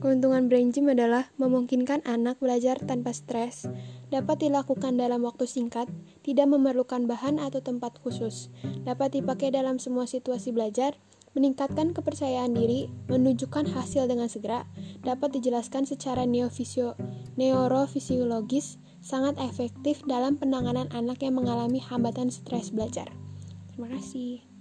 Keuntungan brain gym adalah memungkinkan anak belajar tanpa stres, dapat dilakukan dalam waktu singkat, tidak memerlukan bahan atau tempat khusus, dapat dipakai dalam semua situasi belajar, meningkatkan kepercayaan diri, menunjukkan hasil dengan segera, dapat dijelaskan secara neurofisiologis, sangat efektif dalam penanganan anak yang mengalami hambatan stres belajar. Terima kasih.